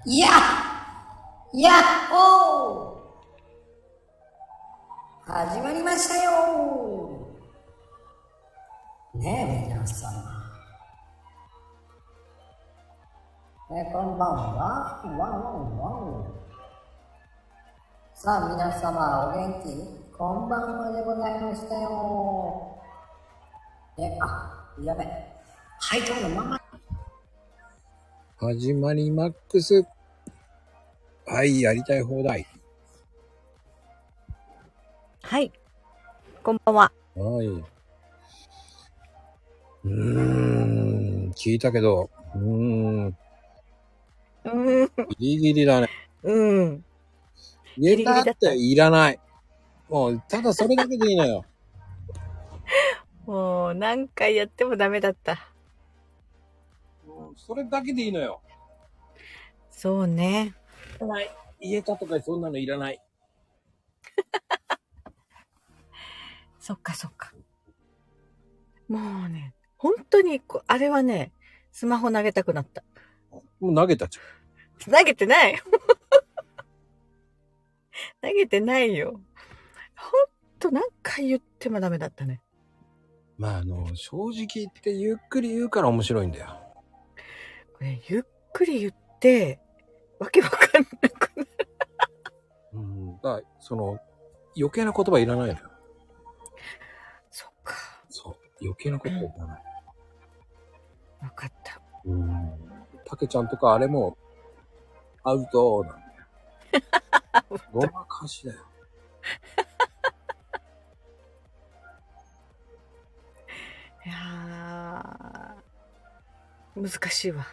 いややっほー始まりましたよねえ、皆さん。こんばんは。さあ、皆様、お元気こんばんはでございましたよ。やべ。はい、今日のまま。 始まりマックス。はい、やりたい放題。 はい。こんばんは。 はい。聞いたけど、ギリギリだね。入れたっていらない。もう、ただそれだけでいいのよ。 もう、何回やってもダメだった。 それだけでいいのよ。 そうね。 入れたとかそんなのいらない。 そっか。もうね、本当に、あれはね、スマホ投げたくなった。 もう投げたじゃん。投げてない投げてないよ。ほんと何回言ってもダメだったね。 まあ正直言ってゆっくり言うから面白いんだよ。 これゆっくり言って、わけわかんなくなる。 だから余計な言葉いらないのよ。 そっか。 そう。余計な言葉いらない。 わかった。 たけちゃんとかあれもアウトなんだよ。ごまかしだよ。 いやー、難しいわ。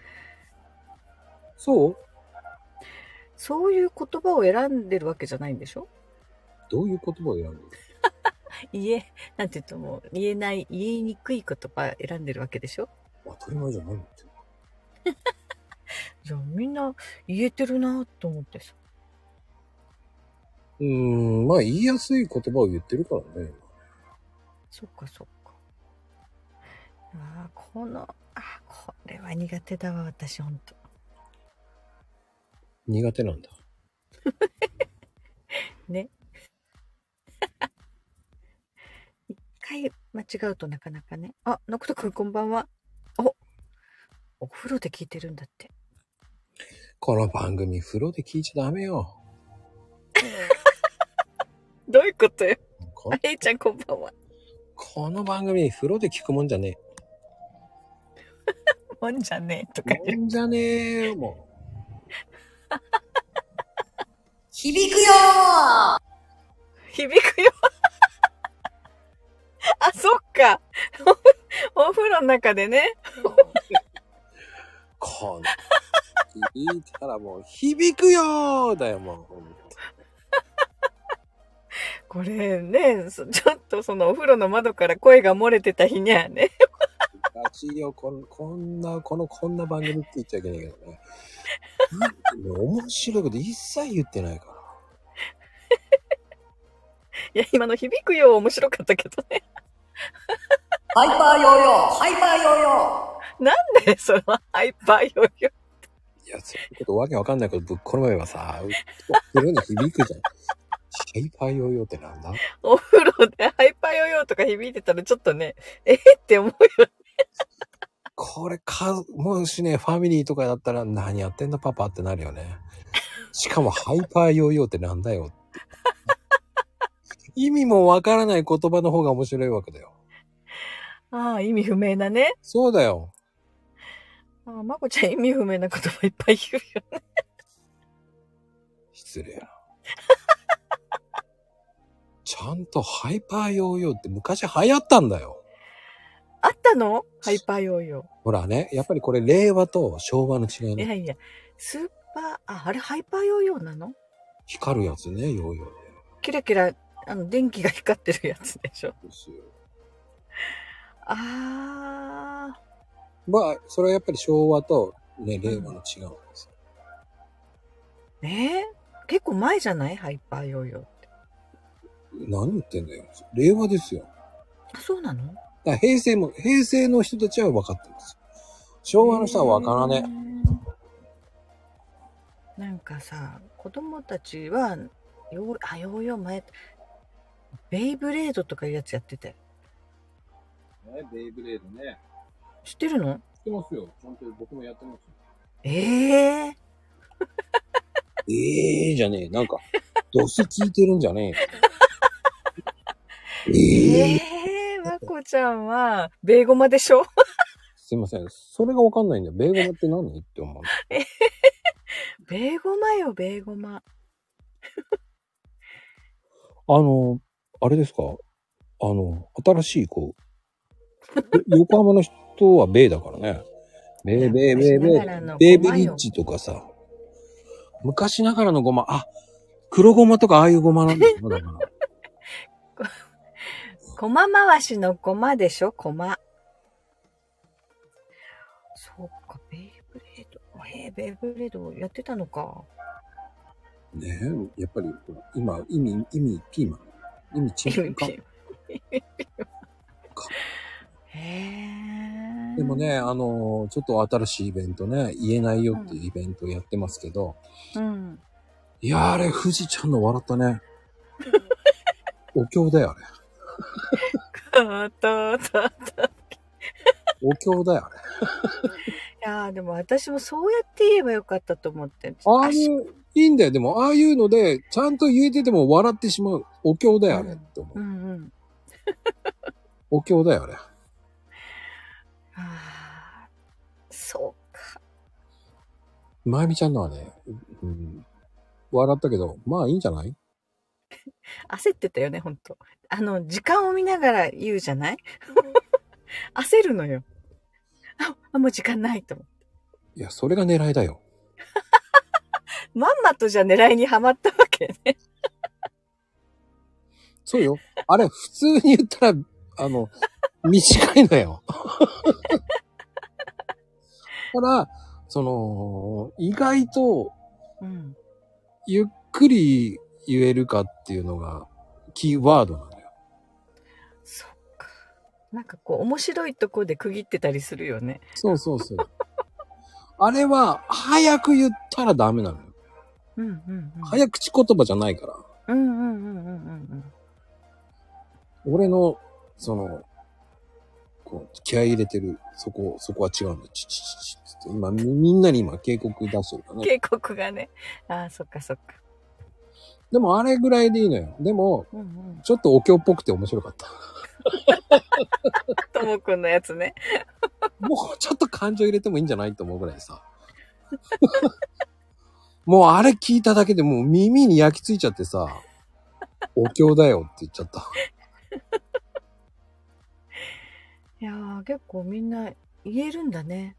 そういう言葉を選んでるわけじゃないんでしょ？ どういう言葉を選んでる？ なんて言うともう言いにくい言葉選んでるわけでしょ？ 当たり前じゃないのって。 じゃあみんな言えてるなと思ってさ。 まあ言いやすい言葉を言ってるからね。 そっか。これは苦手だわ、私ほんと。 苦手なんだ。 ね。一回間違うとなかなかね。のくとくんこんばんは。お風呂で聞いてるんだって。 この番組風呂で聞いちゃダメよ。 どういうことよ。へいちゃんこんばんは。 この番組風呂で聞くもんじゃねえ。 もんじゃねえとか言う。 もんじゃねえよ、もう。 響くよそっか。お風呂の中でね。 こんな聞いたらもう響くよーだよ、もう。 これね、ちょっとそのお風呂の窓から声が漏れてた日にはね。 らしいよ、こんな番組って言っちゃいけないけどね。面白いこと一切言ってないから。 いや、今の響くよ面白かったけどね。 ハイパーヨーヨー。なんでそれはハイパーヨーヨー。 いや、そういうことわけわかんないことぶっこの前はさ、風呂に響くじゃん。ハイパーヨーヨーってなんだ？ お風呂でハイパーヨーヨーとか響いてたらちょっとね、って思うよね。 これもしね、ファミリーとかだったら何やってんだパパってなるよね。しかもハイパーヨーヨーってなんだよって。意味もわからない言葉の方が面白いわけだよ。 意味不明なね。 そうだよ。 まこちゃん意味不明な言葉いっぱい言うよね。 失礼な。ちゃんとハイパーヨーヨーって昔流行ったんだよ。 あったの？ハイパーヨーヨー。 ほらね、やっぱりこれ令和と昭和の違いね。 いや、スーパー、あれハイパーヨーヨーなの？ 光るやつね、ヨーヨーで。 キラキラ、電気が光ってるやつでしょ。 ですよ。 まあ、それはやっぱり昭和とね、令和の違うんですよ。結構前じゃない？ハイパーヨーヨーって。 何言ってんだよ。令和ですよ。 そうなの？ 平成の人たちは分かってます。昭和の人は分からね。 なんかさ、子供たちは、ヨーヨー前、ベイブレードとかいうやつやってて。 ベイブレードね。 知ってるの？ 知ってますよ。ちゃんと僕もやってますよ。 ええじゃねえ。なんか、ドス聞いてるんじゃねえ。 まこちゃんは、ベーゴマでしょ？ すいません。それがわかんないんだよ。ベーゴマって何って思う。 ベーゴマよ、ベーゴマ。 あれですか？新しい横浜の人はベイだからね。ベイ、ベイ、ベイ、ベイ。ベイブリッジとかさ。昔ながらのごま、黒ごまとかああいうごまなんだよ。だから。 ごま回しのごまでしょ、ごま。そうか、ベイブレード。ベイブレードやってたのか。 ねえ、やっぱり、今、意味、ピーマン。意味、チンか。でもね、ちょっと新しいイベントね、言えないよっていうイベントをやってますけど、 うん。 いやー、あれ、富士ちゃんの笑ったね。お経だよ、あれ。お経だよ、あれ。 いやー、でも私もそうやって言えばよかったと思って。 いいんだよ。でも、ああいうので、ちゃんと言えてても笑ってしまう。お経だよ、あれ。って思う。お経だよ、あれ。 そうか。 まゆみちゃんのはね、笑ったけど、まあいいんじゃない？ 焦ってたよね、ほんと。時間を見ながら言うじゃない？焦るのよ。もう時間ないと思って。 いや、それが狙いだよ。 まんまとじゃ狙いにはまったわけね。 そうよ。あれ、普通に言ったら、短いのよ。ただ、意外と、ゆっくり言えるかっていうのが、キーワードなのよ。 そっか。なんか面白いとこで区切ってたりするよね。 そうそうそう。あれは、早く言ったらダメなのよ。早口言葉じゃないから。俺の、気合い入れてる、そこは違うんだよ。今、みんなに今警告出してるからね。 警告がね。そっかそっか。 でもあれぐらいでいいのよ。でも、ちょっとお経っぽくて面白かった。 ともくんのやつね。 もうちょっと感情入れてもいいんじゃないと思うぐらいさ。もうあれ聞いただけでもう耳に焼き付いちゃってさ、お経だよって言っちゃった。 いやー、結構みんな言えるんだね。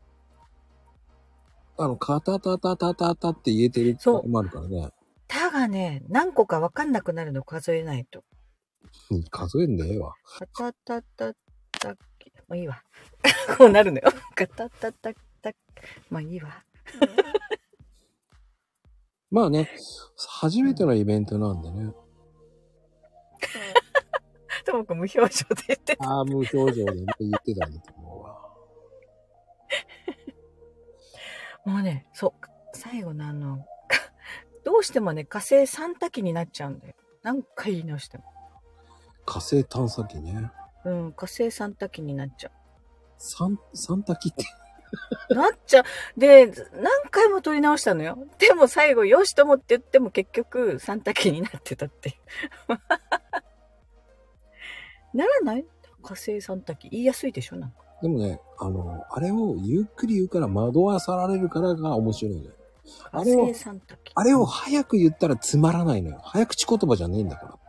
カタタタタタタって言えてるとこもあるからね。 たがね、何個かわかんなくなるの数えないと。 数えんでええわ。 カタタタタ、もういいわ。こうなるのよ。カタタタタ、まあいいわ。 まあね、初めてのイベントなんでね。 ともくん無表情で言ってた。 無表情でね、言ってたんだと思うわ。 もうね、そう、最後のどうしてもね、火星3多機になっちゃうんだよ。何回言い直しても。 火星探査機ね。 火星3多機になっちゃう。 3多機ってなっちゃう。で、何回も撮り直したのよ。でも最後、よしともって言っても結局3多機になってたっていう。ならない？火星3多機。言いやすいでしょなんか。 でもね、あれをゆっくり言うから惑わされるからが面白いのよ。 火星3多機。 あれを早く言ったらつまらないのよ。早口言葉じゃねえんだから。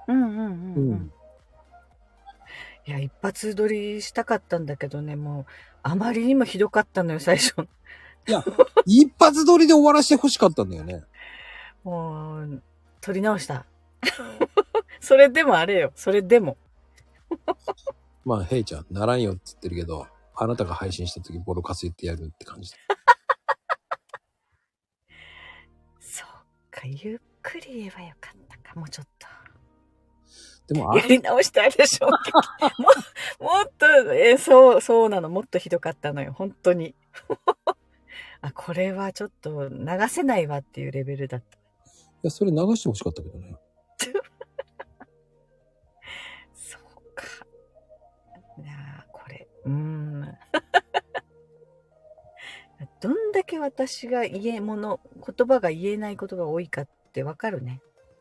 いや、一発撮りしたかったんだけどね、もう、あまりにもひどかったのよ、最初。 いや、一発撮りで終わらせて欲しかったんだよね。 もう、撮り直した。それでもあれよ、それでも。 まあ、ヘイちゃん、ならんよって言ってるけど、あなたが配信した時ボロカス言ってやるって感じだ。 そうか、ゆっくり言えばよかったか、もうちょっと。 でもやり直したいでしょ。もっと、そうなの、もっとひどかったのよ、本当に。 あ、これはちょっと流せないわっていうレベルだった。 いや、それ流してほしかったけどね。 そうか。いやー、これ。どんだけ私が言葉が言えないことが多いかってわかるね。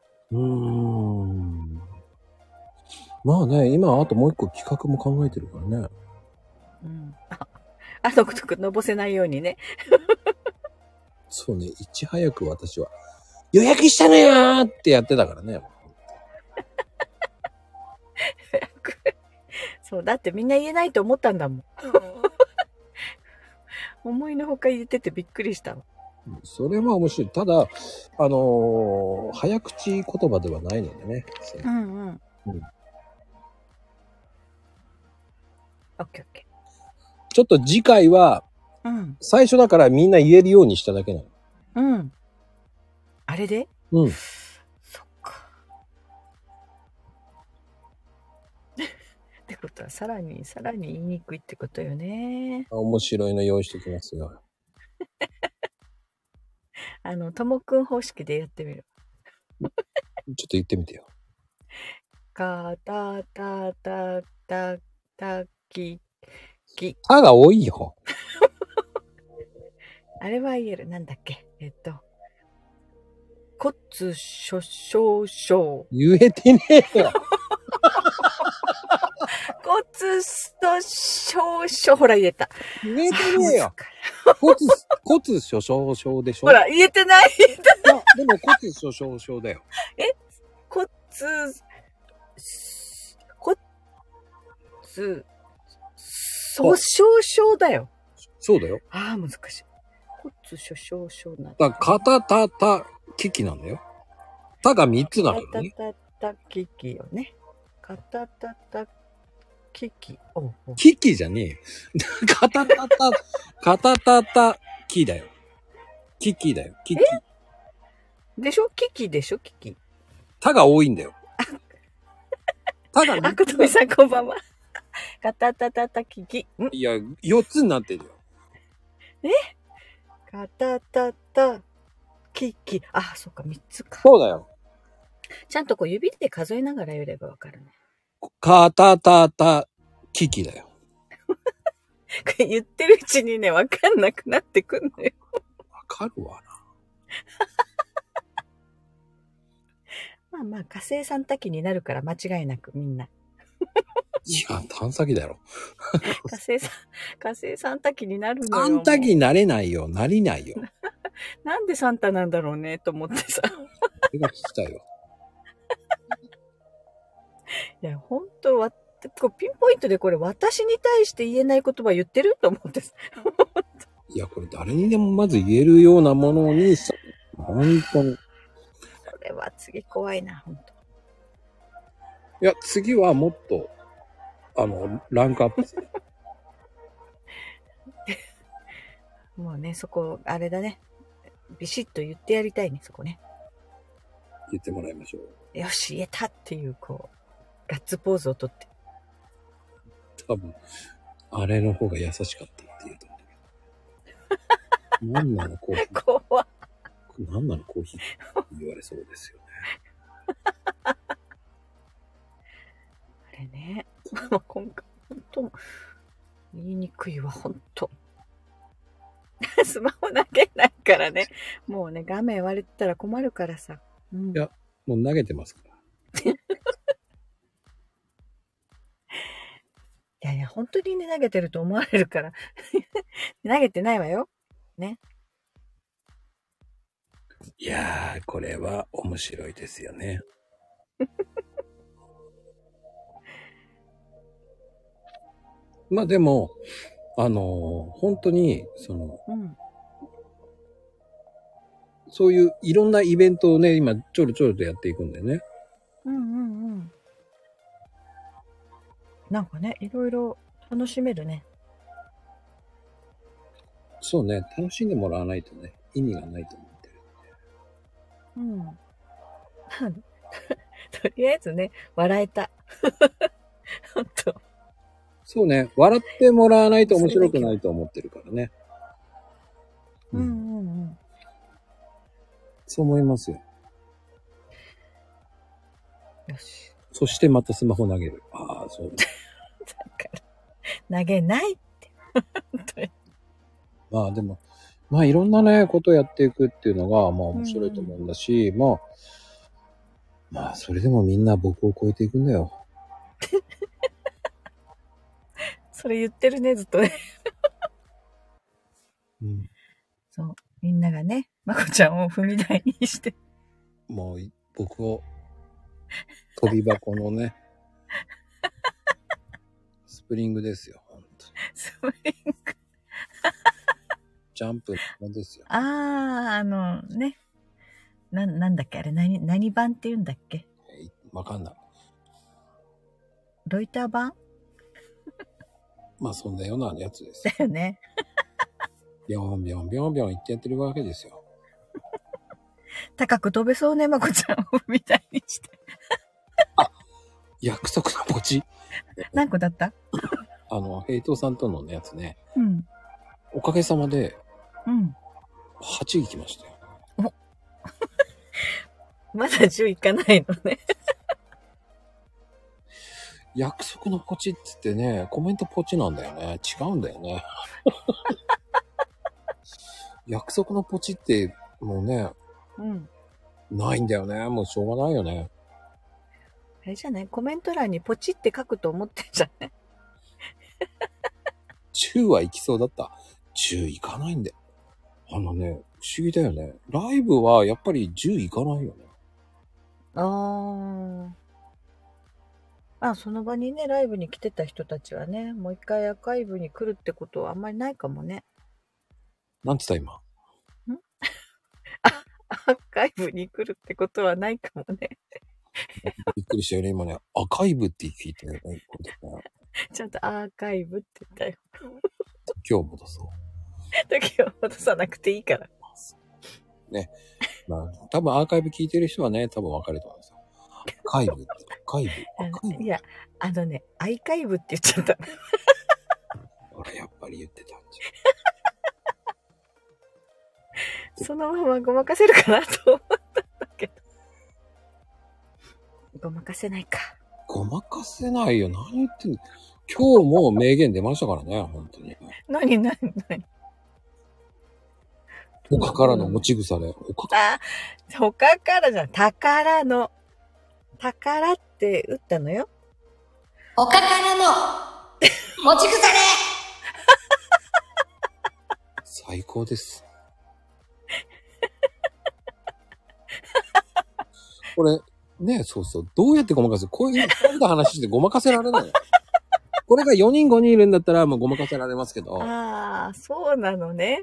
まあね、今あともう一個企画も考えてるからね。 あとのぼせないようにね。 そうね、いち早く私は予約したのよーってやってたからね。 そう、だってみんな言えないと思ったんだもん。思いのほか言っててびっくりしたわ。 それは面白い。ただ、早口言葉ではないのでね。 オッケーオッケちょっと次回は、最初だからみんな言えるようにしただけなの。 あれで？ そっか。ってことは、さらに言いにくいってことよね。 面白いの用意してきますよ。 ともくん方式でやってみる。 ちょっと言ってみてよ。 かたたたたたきき。 たが多いよ。 あれは言える。なんだっけ。骨粗鬆症。 言えてねえよ。 骨粗鬆症。ほら言えた。 言えてねえよ。骨粗鬆症でしょ。 ほら言えてない。 でも骨粗鬆症だよ。 骨粗鬆症だよ。 そうだよ。 ああ、難しい。骨粗鬆症なんだ。カタタタキキなんだよ。たが3つなのね。 カタタタキキよね。カタタタキキ。 キキじゃねえよ。カタタタキだよ。キキだよ。キキ。 でしょ？キキでしょ？キキ。 たが多いんだよ。たがあ、ことみさんこんばんは。カタタタタキキ。 いや、4つになってるよ。 カタタタキキ。あ、そっか、3つか。 そうだよ。 ちゃんとこう指で数えながら言えればわかるね。 カタタタキキだよ。 言ってるうちにね、わかんなくなってくんのよ。 わかるわな。 まあ、火星三多機になるから間違いなくみんな。 いや、探査機だろ。 火星三多機になるのよ。 三多機になれないよ。なりないよ。 なんでサンタなんだろうね、と思ってさ。 それが聞きたいよ。 いや、本当は、ピンポイントでこれ私に対して言えない言葉言ってると思ってさ。 いや、これ誰にでもまず言えるようなものにさ、本当に。 これは次怖いな、本当。 いや、次はもっと、ランクアップする。 もうね、そこ、あれだね。ビシッと言ってやりたいね、そこね。 言ってもらいましょう。 よし、言えたっていう、ガッツポーズをとって。 多分、あれの方が優しかったって言うと思う。何なのコーヒー。 怖っ。 何なのコーヒーって言われそうですよね。 あれね。今回、本当言いにくいわ、本当スマホ投げないからね。もうね、画面割れてたら困るからさ。 いや、もう投げてますから。 いや、本当にね、投げてると思われるから。投げてないわよ。ね。 いやー、これは面白いですよね。まあでも、本当に、そういういろんなイベントをね、今ちょろちょろとやっていくんでね。 なんかね、いろいろ楽しめるね。 そうね、楽しんでもらわないとね、意味がないと思ってる。 とりあえずね、笑えた。本当。 そうね、笑ってもらわないと面白くないと思ってるからね。 うんうんうん。 そう思いますよ。 よし。 そしてまたスマホ投げる。ああ、そうです。 だから、投げないって。本当に。 まあでも、まあいろんなね、ことをやっていくっていうのが、まあ面白いと思うんだし、まあそれでもみんな僕を超えていくんだよ。 それ言ってるね、ずっとね。 うん。 そう。みんながね、まこちゃんを踏み台にして。 もう僕を飛び箱のね、スプリングですよ、本当に。 スプリング。 ジャンプのですよ。 ね。なんだっけあれ、何版って言うんだっけ？ わかんない。 ロイター版？ まあそんなようなやつです。 だよね。 ビョンビョンビョンビョン言ってやってるわけですよ。 高く飛べそうね、まこちゃんをみたいにして。 あ、約束のポチ。 何個だった？ 平等さんとのやつね。 うん。 おかげさまで、 うん。 8行きましたよ。 まだ10いかないのね。 約束のポチって言ってね、コメントポチなんだよね。違うんだよね。約束のポチって、もうね、 うん。 ないんだよね。もうしょうがないよね。 あれじゃない？コメント欄にポチって書くと思ってんじゃない？ 10は行きそうだった。10行かないんだよ。不思議だよね。ライブはやっぱり10行かないよね。 その場にね、ライブに来てた人たちはね、もう一回アーカイブに来るってことはあんまりないかもね。 なんつった今。 アーカイブに来るってことはないかもね。 びっくりしたよね、今ね。アーカイブって聞いてね。 ちゃんとアーカイブって言ったよ。 今日戻そう。 時を戻さなくていいから。 ね。まあ、多分アーカイブ聞いてる人はね、多分わかると思うんですよ。アーカイブって、アーカイブ。 いや、アイカイブって言っちゃった。 俺やっぱり言ってたんじゃん。そのままごまかせるかなと思ったんだけど。ごまかせないか。 ごまかせないよ。何言ってんの。今日も名言出ましたからね、本当に。 何他からの持ち腐れ。 他からじゃん。宝って打ったのよ。 他からの持ち腐れ。 最高です。これ、ね、そうそう。どうやってごまかす？こういう話してごまかせられない。これが4人5人いるんだったらもうごまかせられますけど。 そうなのね。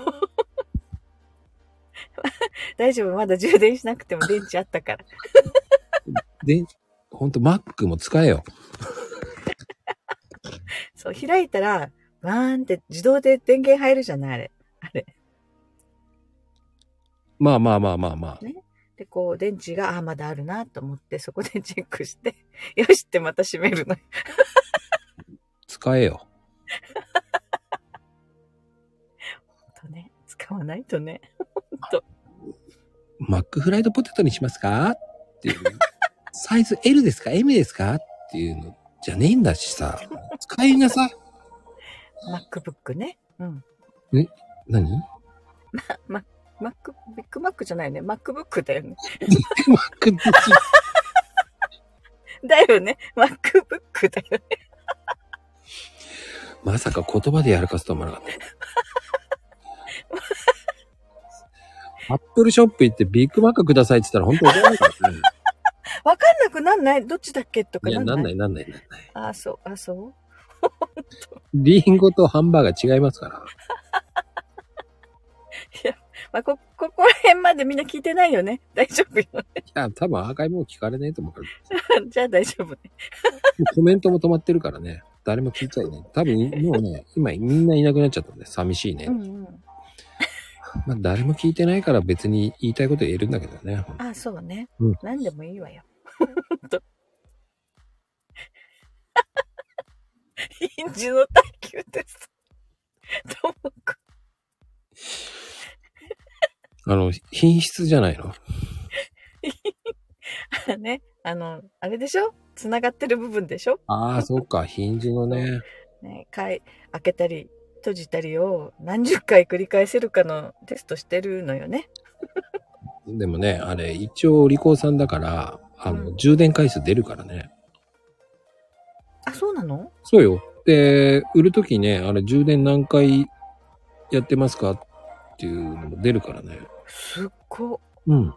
大丈夫。まだ充電しなくても電池あったから。 で、ほんと Mac も使えよ。 そう、開いたら、バーンって自動で電源入るじゃない、あれ。 まあ。 ね。で、こう、電池が、まだあるなと思って、そこでチェックして、よしってまた閉めるの。 使えよ。 ほんとね。使わないとね。ほんと。 マックフライドポテトにしますかっていう。サイズ L ですか ?M ですかっていうのじゃねえんだしさ。使いなさい。 MacBook ね。うん。 何ビッグマックじゃないね。MacBook だよね。 Mac だよね。MacBook だよね。 まさか言葉でやらかすと思わなかった。アップルショップ行ってビッグマックくださいって言ったら本当に怒らないからね。 わかんなくなんない？どっちだっけとかなんない。 そう。 リンゴとハンバーガー違いますから。 いや、ここら辺までみんな聞いてないよね。大丈夫よね。 いや、多分アーカイブも聞かれないと思うから。 じゃあ大丈夫ね。 コメントも止まってるからね。誰も聞いちゃいない。多分もうね、今みんないなくなっちゃったんで寂しいね。まあ誰も聞いてないから別に言いたいこと言えるんだけどね。 そうね。何でもいいわよ。ヒンジの耐久テスト。ともく。 品質じゃないの？ ね、あれでしょ？繋がってる部分でしょ？ ああ、そっか、ヒンジのね。 ね、開けたり閉じたりを何十回繰り返せるかのテストしてるのよね。 でもね、あれ、一応、お利口さんだから、充電回数出るからね。 あ、そうなの？ そうよ。で、売るときね、あれ、充電何回やってますかっていうのも出るからね。 すっご。 うん。 め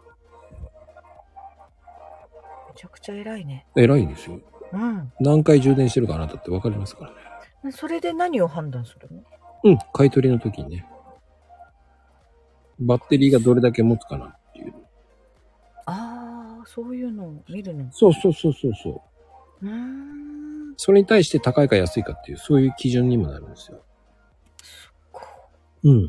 ちゃくちゃ偉いね。 偉いですよ。 うん。 何回充電してるかあなたって分かりますからね。 それで何を判断するの？ うん、買い取りの時にね。バッテリーがどれだけ持つかなっていう。 ああ、そういうのを見るの。 そうそうそうそうそう。 ん。 それに対して高いか安いかっていう、そういう基準にもなるんですよ。うん。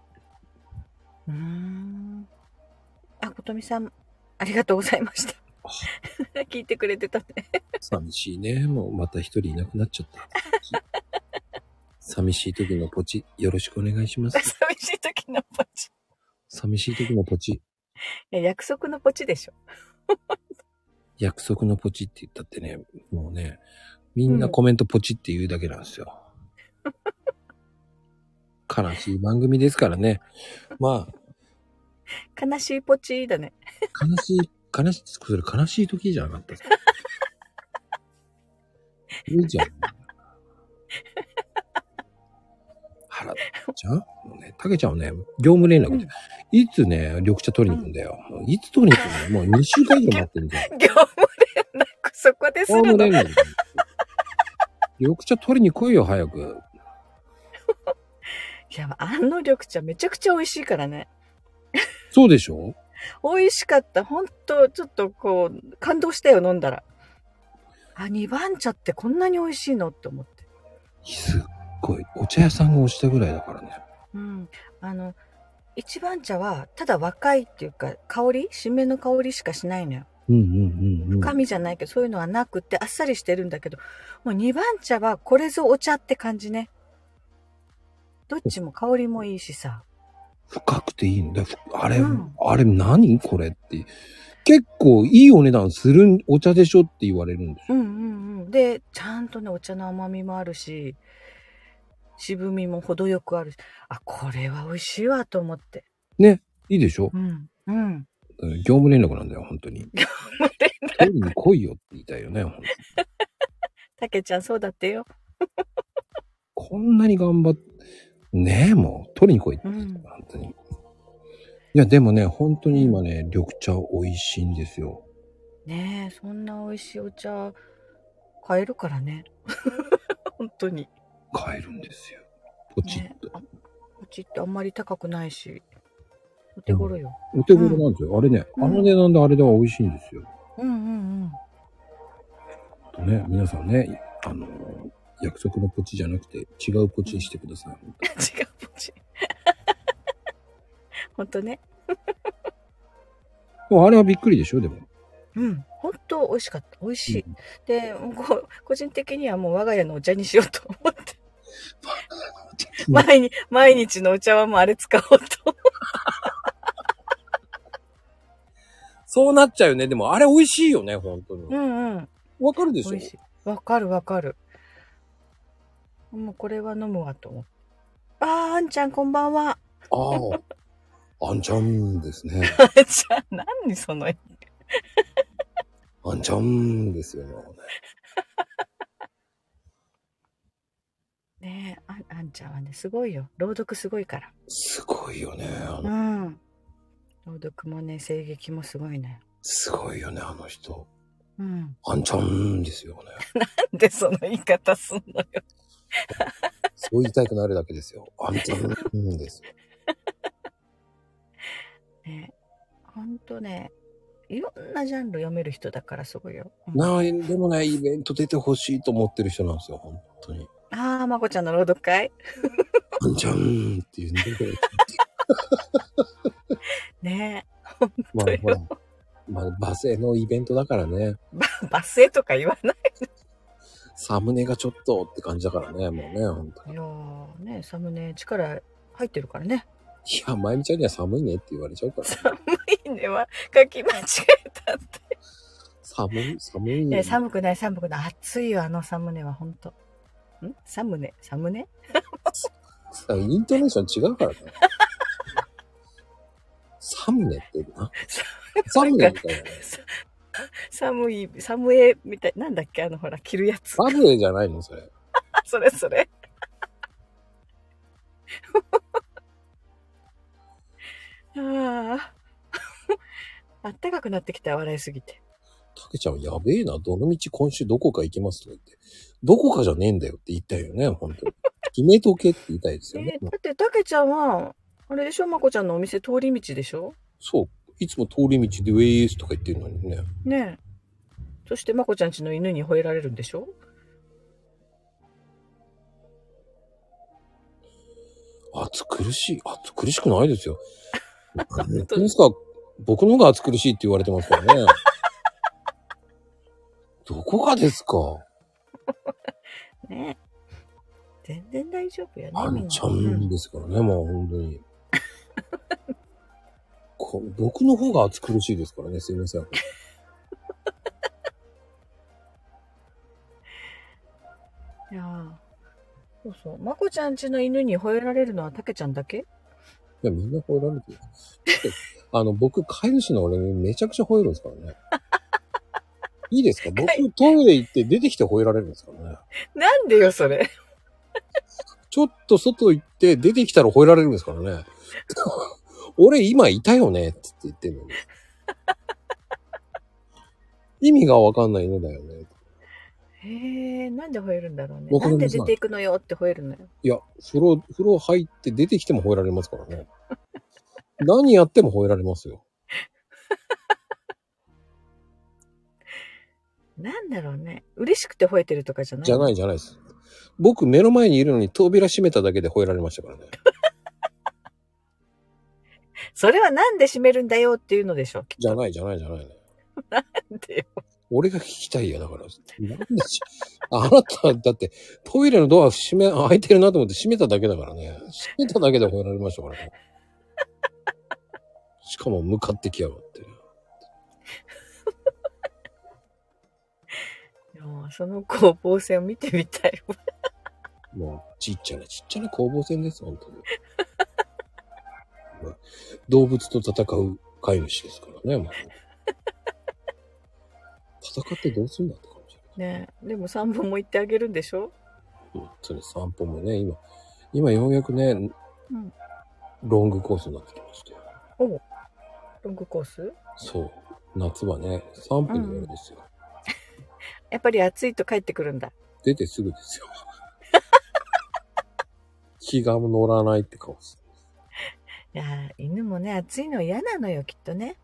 あ、ことみさん、ありがとうございました。聞いてくれてたね。 寂しいね。もうまた一人いなくなっちゃった。寂しい時のポチ、よろしくお願いします。 寂しい時のポチ。 寂しい時のポチ。 いや、約束のポチでしょ。 約束のポチって言ったってね、もうね、みんなコメントポチって言うだけなんですよ。悲しい番組ですからね。まあ。 悲しいポチだね。 それ悲しい時じゃなかったです。いいじゃん。腹立っちゃうもうね、たけちゃんはね、業務連絡で、いつね、緑茶取りに行くんだよ。いつ取りに行くんだよ。もう2週間以上待ってるんだよ。 業務連絡、そこでするの？業務連絡。 緑茶取りに来いよ、早く。 いや、緑茶めちゃくちゃ美味しいからね。 そうでしょ？ 美味しかった。ほんと、ちょっとこう、感動したよ、飲んだら。二番茶ってこんなに美味しいのって思って。 すっごい。お茶屋さんが押したぐらいだからね。 うん。一番茶は、ただ若いっていうか、香り？新芽の香りしかしないのよ。深みじゃないけど、そういうのはなくて、あっさりしてるんだけど、もう二番茶はこれぞお茶って感じね。どっちも香りもいいしさ。 深くていいんだよ。あれ何これって。結構いいお値段するお茶でしょって言われるんですよ。 で、ちゃんとね、お茶の甘みもあるし、渋みも程よくあるし、あ、これは美味しいわと思って。 ね、いいでしょ？業務連絡なんだよ、本当に。業務連絡。取りに来いよって言いたいよね、本当に。 たけちゃんそうだってよ。 こんなに頑張って、ねえ、もう、取りに来いって言ってた、本当に。いや、でもね、本当に今ね、緑茶美味しいんですよ。 ねえ、そんな美味しいお茶、買えるからね。本当に。 買えるんですよ。ポチッと。 ポチッとあんまり高くないし。お手頃よ。 お手頃なんですよ。あれね、あの値段であれでは美味しいんですよ。とね、皆さんね、約束のポチじゃなくて違うポチにしてください。 違うポチ。本当ね。 あれはびっくりでしょ、でも。 本当美味しかった。美味しい。で、個人的にはもう我が家のお茶にしようと思って。毎日のお茶はもうあれ使おうと。 そうなっちゃうよね。でもあれ美味しいよね、本当に。わかるでしょ？ 美味しい。わかるわかる。もうこれは飲むわと思って。あんちゃんこんばんは。 あんちゃんですね。 あんちゃん、何そのあんちゃんですよね。 ねえ、あんちゃんはね、すごいよ。朗読すごいから。 すごいよね。 朗読もね、声劇もすごいね。 すごいよね、あの人。あんちゃんですよね。 なんでその言い方すんのよ。 そう言いたくなるだけですよ。あんちゃんですよ。 ね、ほんとね、いろんなジャンル読める人だからすごいよ。 でもね、イベント出てほしいと思ってる人なんですよ、本当に。 まこちゃんの朗読会あんちゃんっていうんだけど。 ねえ、ほんとよ。 罵声のイベントだからね。 罵声とか言わない。 サムネがちょっとって感じだからね、もうね、本当に。 いやーね、サムネ力入ってるからね。 や、まゆみちゃんには寒いねって言われちゃうから。 寒いねは書き間違えたって。 寒いね。 寒くない。暑いよ、あのサムネは、ほんと。サムネイントネーション違うからね。サムネってな。サムネみたいなね。 サムエみたい。なんだっけほら、着るやつ。 サムネじゃないのそれ。 それ。あったかくなってきた、笑いすぎて。 たけちゃんやべえな、どの道今週どこか行きますとか言って。どこかじゃねえんだよって言いたいよね、本当に。決めとけって言いたいですよね。 だってたけちゃんは、あれでしょ、まこちゃんのお店通り道でしょ？ そう。いつも通り道でウェイスとか言ってるのにね。 ねえ。そしてまこちゃんちの犬に吠えられるんでしょ？ 暑苦しくないですよ。本当ですか？僕の方が暑苦しいって言われてますからね。どこがですか？ ねえ。全然大丈夫よね。 あんちゃんですからね、もう本当に。僕の方が暑苦しいですからね、すいません。いやそう。まこちゃんちの犬に吠えられるのはたけちゃんだけ？ いや、みんな吠えられてる。僕、飼い主の俺にめちゃくちゃ吠えるんですからね。いいですか？僕、トイレ行って出てきて吠えられるんですからね。 なんでよ、それ。 ちょっと外行って出てきたら吠えられるんですからね。俺今いたよねって言ってんのに。意味がわかんない犬だよね。 なんで吠えるんだろうね。なんで出ていくのよって吠えるのよ。 いや、風呂入って出てきても吠えられますからね。何やっても吠えられますよ。 なんだろうね。嬉しくて吠えてるとかじゃない？ じゃないです。僕目の前にいるのに扉閉めただけで吠えられましたからね。それはなんで閉めるんだよっていうのでしょ。 じゃないね。 なんでよ。 俺が聞きたいよ、だから。なんであなた、だってトイレのドア開いてるなと思って閉めただけだからね。閉めただけで吠えられましたからね。しかも向かってきやがって。 その攻防戦を見てみたいわ。 もうちっちゃな攻防戦です、本当に。動物と戦う飼い主ですからね、もう。戦ってどうすんだって感じ。 ねえ、でも散歩も行ってあげるんでしょ？ それ散歩もね、今ようやくね、ロングコースになってきましたよ。 お、ロングコース？ そう。夏はね、3分で終わりですよ。 やっぱり暑いと帰ってくるんだ。 出てすぐですよ。気が乗らないって顔する。 いや、犬もね、暑いの嫌なのよ、きっとね。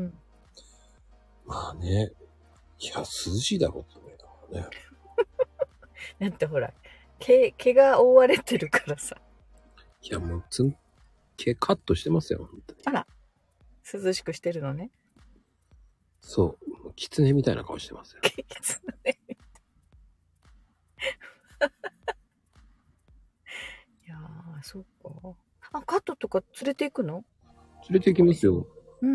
まあね。いや、涼しいだろうって思いながらね。 だってほら、毛が覆われてるからさ。 いや、もう毛カットしてますよ、本当に。 あら、涼しくしてるのね。 そう。狐みたいな顔してますよ。狐いやー、そうか。カットとか連れて行くの？ 連れて行きますよ。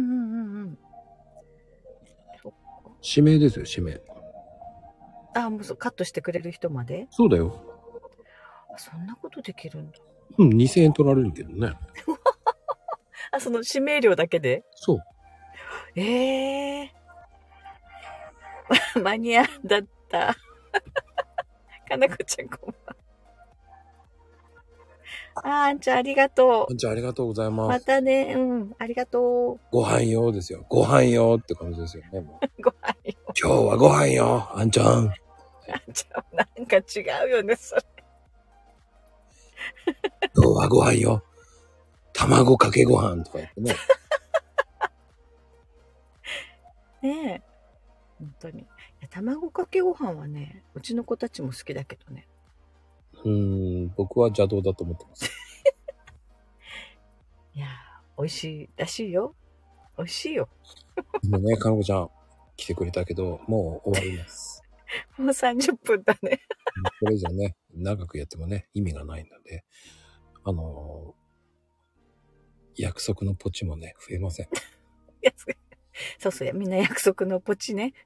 そっか。 指名ですよ、指名。 もうカットしてくれる人まで？ そうだよ。 そんなことできるんだ。 2000円取られるけどね。 その指名料だけで？ そう。 マニアだった。かなこちゃんこんばんは。あんちゃんありがとう。 あんちゃんありがとうございます。 またね、ありがとう。 ご飯よですよ。ご飯よって感じですよね。もうご飯よ。 今日はご飯よ、あんちゃん。 あんちゃん、なんか違うよね、それ。 今日はご飯よ。卵かけご飯とか言ってね。 ねえ。本当に。卵かけご飯はね、うちの子たちも好きだけどね。 僕は邪道だと思ってます。 いやー、美味しいらしいよ。美味しいよ。 今ね、かのこちゃん来てくれたけど、もう終わります。 もう30分だね。 これ以上ね、長くやってもね、意味がないので、 約束のポチもね、増えません。 そうそうや、みんな約束のポチね。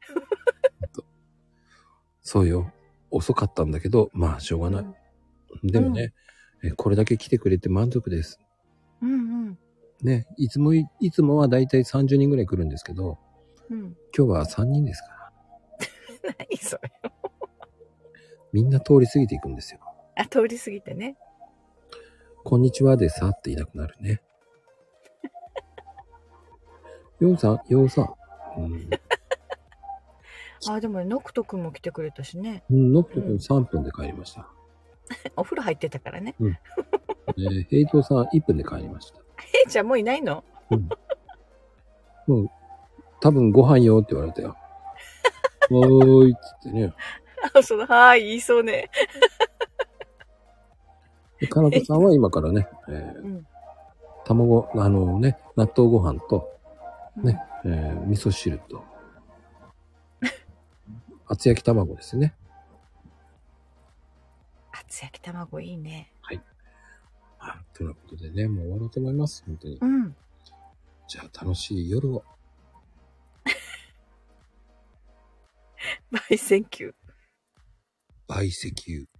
そうよ。遅かったんだけど、まあ、しょうがない。でもね、これだけ来てくれて満足です。 うんうん。 ね、いつもはだいたい30人ぐらい来るんですけど、今日は3人ですから。 何それ。 みんな通り過ぎていくんですよ。 あ、通り過ぎてね。 こんにちはでさっていなくなるね。ヨウさん。 あ、でもノクト君も来てくれたしね。 ノクト君3分で帰りました。 お風呂入ってたからね。 ヘイトさん1分で帰りました。 ヘイちゃんもういないの？ もう、多分ご飯よって言われたよ。おーいっつってね。 はーい、言いそうね。 かなこさんは今からね、卵、納豆ご飯と、ね、味噌汁と、厚焼き卵ですね。 厚焼き卵いいね。 はい。ということでね、もう終わろうと思います。本当に。じゃあ楽しい夜を。 バイセンキュー。 バイセキュー。